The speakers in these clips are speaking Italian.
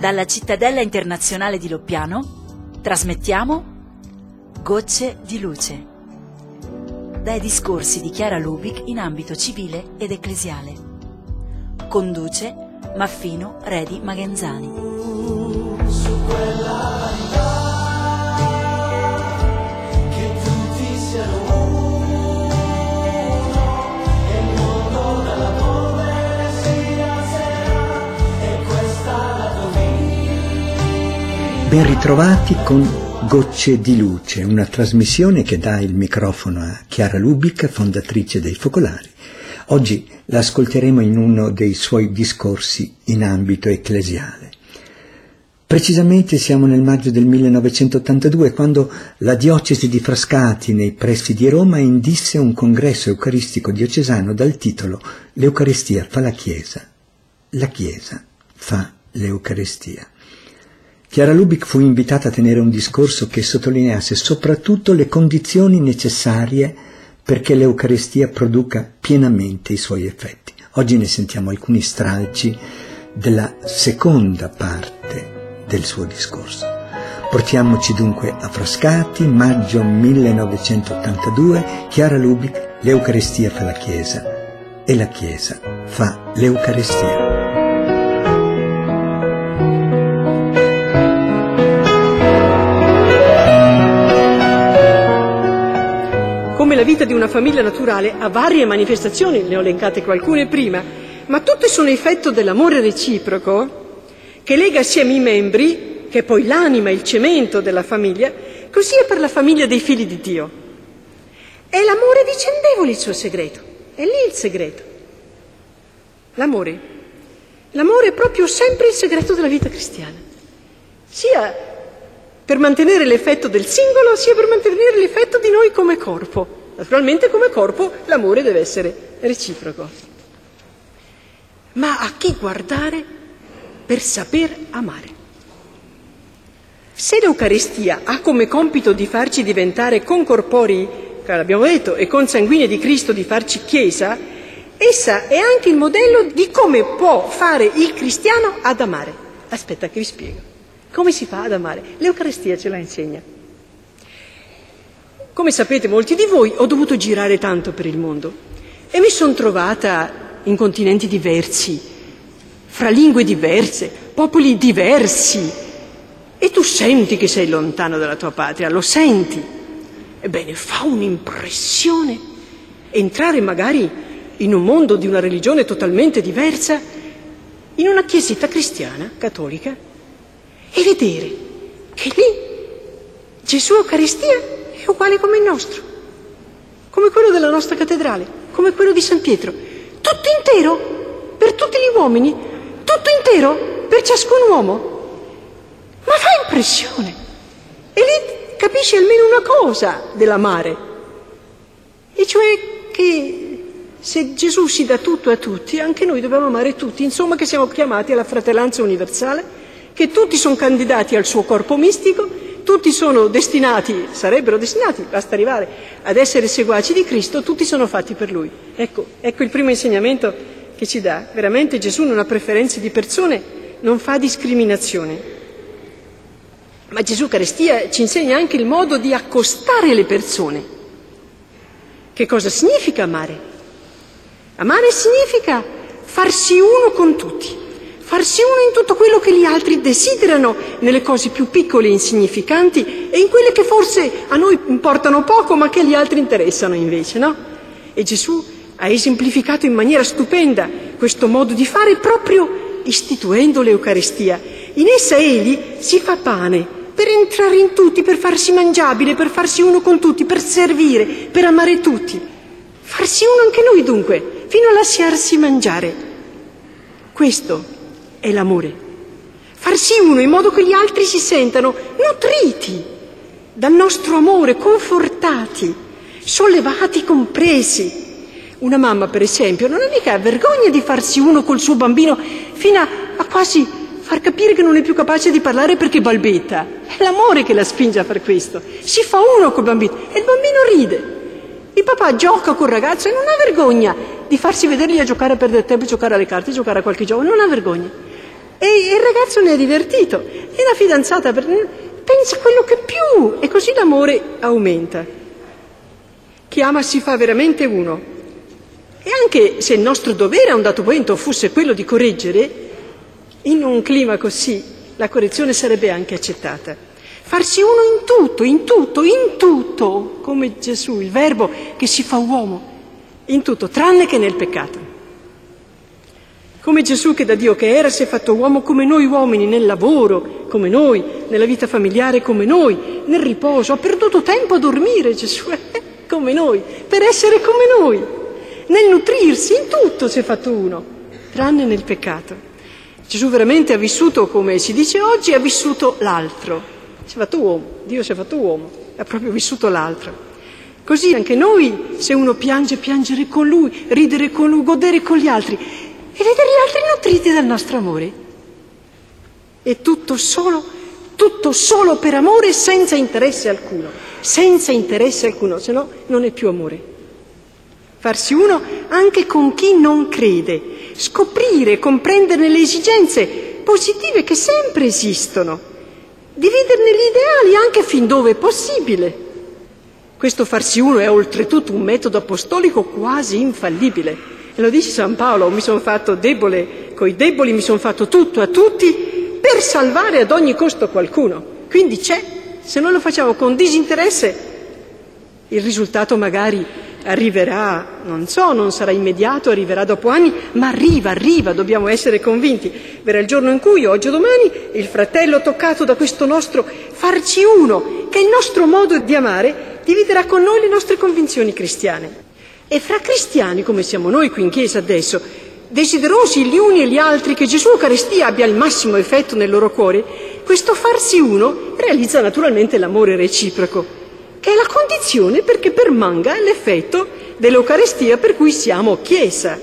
Dalla Cittadella Internazionale di Loppiano trasmettiamo Gocce di Luce, dai discorsi di Chiara Lubick in ambito civile ed ecclesiale. Conduce Maffino Redi Magenzani. Su quella verità che tutti siano uno e il mondo dalla polvere si alzerà e questa la tua vita. Ben ritrovati con Gocce di Luce, una trasmissione che dà il microfono a Chiara Lubick, fondatrice dei Focolari. Oggi la ascolteremo in uno dei suoi discorsi in ambito ecclesiale. Precisamente siamo nel maggio del 1982, quando la diocesi di Frascati, nei pressi di Roma, indisse un congresso eucaristico diocesano dal titolo «L'Eucaristia fa la Chiesa, la Chiesa fa l'Eucaristia». Chiara Lubick fu invitata a tenere un discorso che sottolineasse soprattutto le condizioni necessarie perché l'Eucaristia produca pienamente i suoi effetti. Oggi ne sentiamo alcuni stralci della seconda parte del suo discorso. Portiamoci dunque a Frascati, maggio 1982, Chiara Lubick, l'Eucaristia fa la Chiesa e la Chiesa fa l'Eucaristia. Come la vita di una famiglia naturale ha varie manifestazioni, ne ho elencate qualcune prima, ma tutte sono effetto dell'amore reciproco che lega assieme i membri, che è poi l'anima, il cemento della famiglia, così è per la famiglia dei figli di Dio. È l'amore vicendevole il suo segreto, è lì il segreto. L'amore è proprio sempre il segreto della vita cristiana, sia per mantenere l'effetto del singolo, sia per mantenere l'effetto di noi come corpo. Naturalmente come corpo l'amore deve essere reciproco. Ma a chi guardare per saper amare? Se l'Eucaristia ha come compito di farci diventare concorporei, che l'abbiamo detto, e consanguinei di Cristo, di farci Chiesa, essa è anche il modello di come può fare il cristiano ad amare. Aspetta che vi spiego. Come si fa ad amare? L'Eucaristia ce la insegna. Come sapete molti di voi, ho dovuto girare tanto per il mondo e mi sono trovata in continenti diversi, fra lingue diverse, popoli diversi, e tu senti che sei lontano dalla tua patria, lo senti. Ebbene, fa un'impressione entrare magari in un mondo di una religione totalmente diversa, in una chiesetta cristiana, cattolica, e vedere che lì Gesù Eucaristia è uguale come il nostro, come quello della nostra cattedrale, come quello di San Pietro, tutto intero per tutti gli uomini, tutto intero per ciascun uomo. Ma fa impressione. E lì capisci almeno una cosa dell'amare, e cioè che se Gesù si dà tutto a tutti, anche noi dobbiamo amare tutti, insomma che siamo chiamati alla fratellanza universale, che tutti sono candidati al suo corpo mistico, tutti sono destinati, sarebbero destinati, basta arrivare ad essere seguaci di Cristo, tutti sono fatti per Lui. Ecco il primo insegnamento che ci dà. Veramente Gesù non ha preferenze di persone, non fa discriminazione. Ma Gesù Eucaristia ci insegna anche il modo di accostare le persone. Che cosa significa amare? Amare significa farsi uno con tutti. Farsi uno in tutto quello che gli altri desiderano, nelle cose più piccole e insignificanti e in quelle che forse a noi importano poco ma che agli altri interessano invece, no? E Gesù ha esemplificato in maniera stupenda questo modo di fare proprio istituendo l'Eucaristia. In essa egli si fa pane per entrare in tutti, per farsi mangiabile, per farsi uno con tutti, per servire, per amare tutti. Farsi uno anche noi dunque, fino a lasciarsi mangiare. Questo è l'amore. Farsi uno in modo che gli altri si sentano nutriti dal nostro amore, confortati, sollevati, compresi. Una mamma, per esempio, non ha mica vergogna di farsi uno col suo bambino fino a quasi far capire che non è più capace di parlare perché balbetta. È l'amore che la spinge a fare questo. Si fa uno col bambino e il bambino ride. Il papà gioca col ragazzo e non ha vergogna di farsi vedergli a giocare, a perdere tempo, giocare alle carte, giocare a qualche gioco, non ha vergogna. E il ragazzo ne è divertito e la fidanzata pensa a quello che più, e così l'amore aumenta. Chi ama si fa veramente uno. E anche se il nostro dovere a un dato momento fosse quello di correggere, in un clima così la correzione sarebbe anche accettata. Farsi uno in tutto, in tutto, in tutto, come Gesù, il Verbo che si fa uomo, in tutto, tranne che nel peccato. Come Gesù che da Dio che era si è fatto uomo come noi uomini, nel lavoro come noi, nella vita familiare come noi, nel riposo. Ha perduto tempo a dormire Gesù, come noi, per essere come noi. Nel nutrirsi, in tutto si è fatto uno, tranne nel peccato. Gesù veramente ha vissuto, come si dice oggi, ha vissuto l'altro. Si è fatto uomo, Dio si è fatto uomo, ha proprio vissuto l'altro. Così anche noi, se uno piange, piangere con lui, ridere con lui, godere con gli altri e vedere gli altri nutriti dal nostro amore. E tutto solo per amore, senza interesse alcuno, se no non è più amore. Farsi uno anche con chi non crede, scoprire, comprenderne le esigenze positive che sempre esistono, dividerne gli ideali anche fin dove è possibile. Questo farsi uno è oltretutto un metodo apostolico quasi infallibile. E lo dice San Paolo: mi sono fatto debole coi deboli, mi sono fatto tutto a tutti per salvare ad ogni costo qualcuno. Quindi se non lo facciamo con disinteresse, il risultato magari arriverà, non sarà immediato, arriverà dopo anni, ma arriva, dobbiamo essere convinti. Verrà il giorno in cui, oggi o domani, il fratello toccato da questo nostro farci uno, che è il nostro modo di amare, dividerà con noi le nostre convinzioni cristiane. E fra cristiani, come siamo noi qui in chiesa adesso, desiderosi gli uni e gli altri che Gesù Eucaristia abbia il massimo effetto nel loro cuore, questo farsi uno realizza naturalmente l'amore reciproco, che è la condizione perché permanga l'effetto dell'Eucaristia per cui siamo chiesa.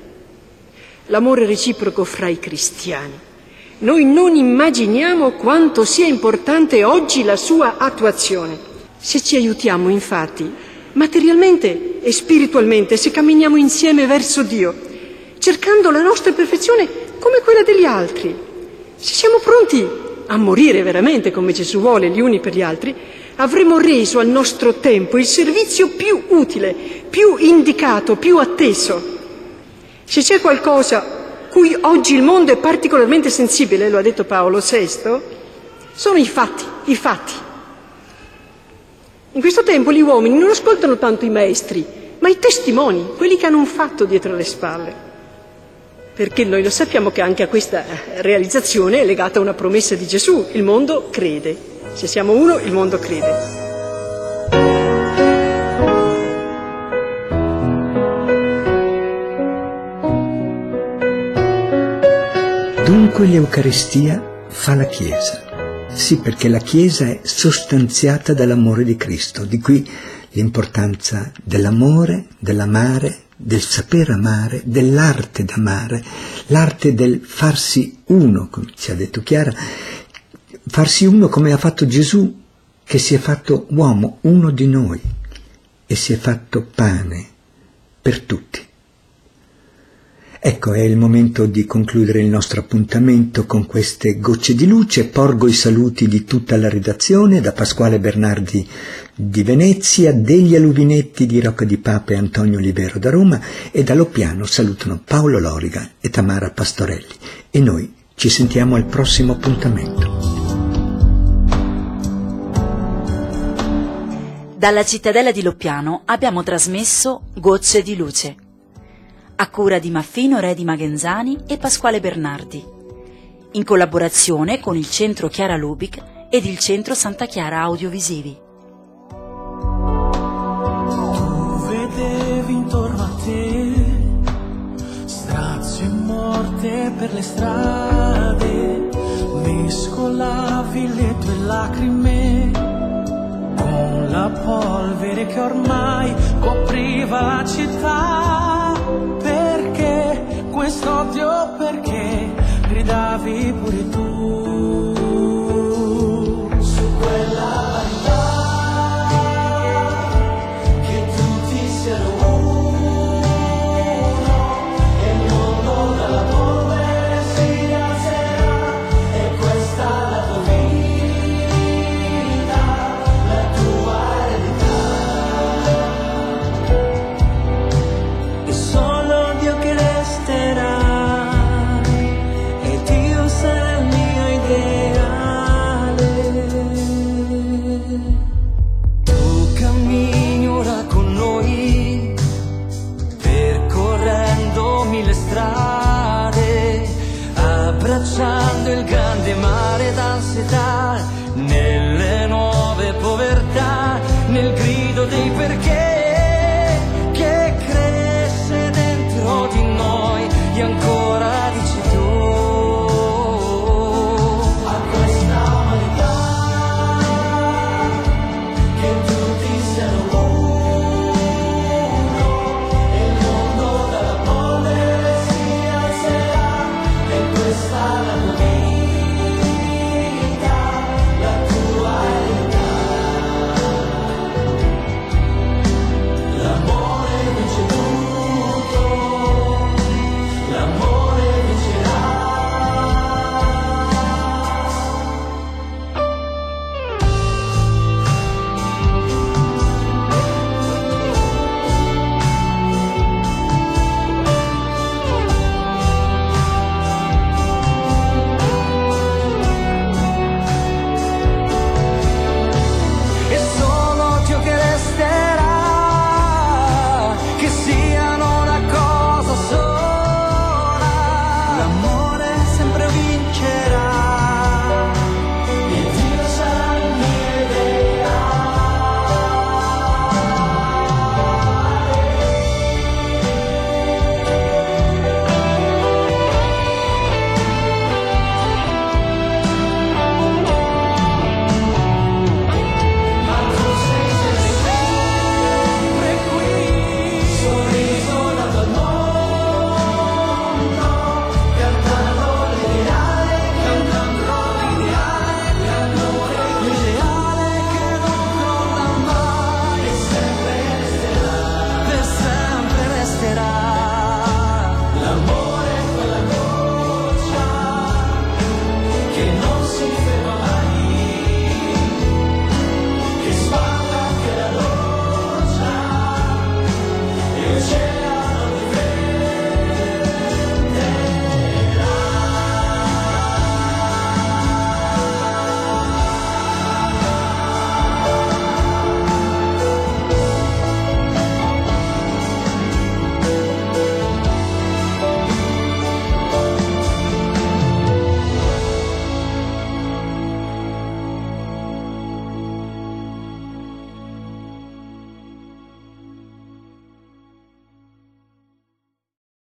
L'amore reciproco fra i cristiani. Noi non immaginiamo quanto sia importante oggi la sua attuazione. Se ci aiutiamo, infatti, materialmente e spiritualmente, se camminiamo insieme verso Dio, cercando la nostra perfezione come quella degli altri, se siamo pronti a morire veramente come Gesù vuole gli uni per gli altri, avremo reso al nostro tempo il servizio più utile, più indicato, più atteso. Se c'è qualcosa cui oggi il mondo è particolarmente sensibile, lo ha detto Paolo VI, sono i fatti. In questo tempo gli uomini non ascoltano tanto i maestri, ma i testimoni, quelli che hanno un fatto dietro le spalle. Perché noi lo sappiamo che anche a questa realizzazione è legata una promessa di Gesù: il mondo crede. Se siamo uno, il mondo crede. Dunque l'Eucaristia fa la Chiesa. Sì, perché la Chiesa è sostanziata dall'amore di Cristo, di qui l'importanza dell'amore, dell'amare, del saper amare, dell'arte d'amare, l'arte del farsi uno, come ci ha detto Chiara, farsi uno come ha fatto Gesù, che si è fatto uomo, uno di noi, e si è fatto pane per tutti. Ecco, è il momento di concludere il nostro appuntamento con queste gocce di luce. Porgo i saluti di tutta la redazione, da Pasquale Bernardi di Venezia, degli Aluvinetti di Rocca di Papa e Antonio Olivero da Roma, e da Loppiano salutano Paolo Loriga e Tamara Pastorelli. E noi ci sentiamo al prossimo appuntamento. Dalla cittadella di Loppiano abbiamo trasmesso Gocce di Luce, a cura di Maffino Re di Magenzani e Pasquale Bernardi, in collaborazione con il Centro Chiara Lubic ed il Centro Santa Chiara Audiovisivi. Tu vedevi intorno a te strazio e morte per le strade, mescolavi le tue lacrime con la polvere che ormai copriva la città. Perché quest'odio? Perché gridavi pure tu su quella vanità che tutti siano uno e il mondo dalla polvere si alzerà strade.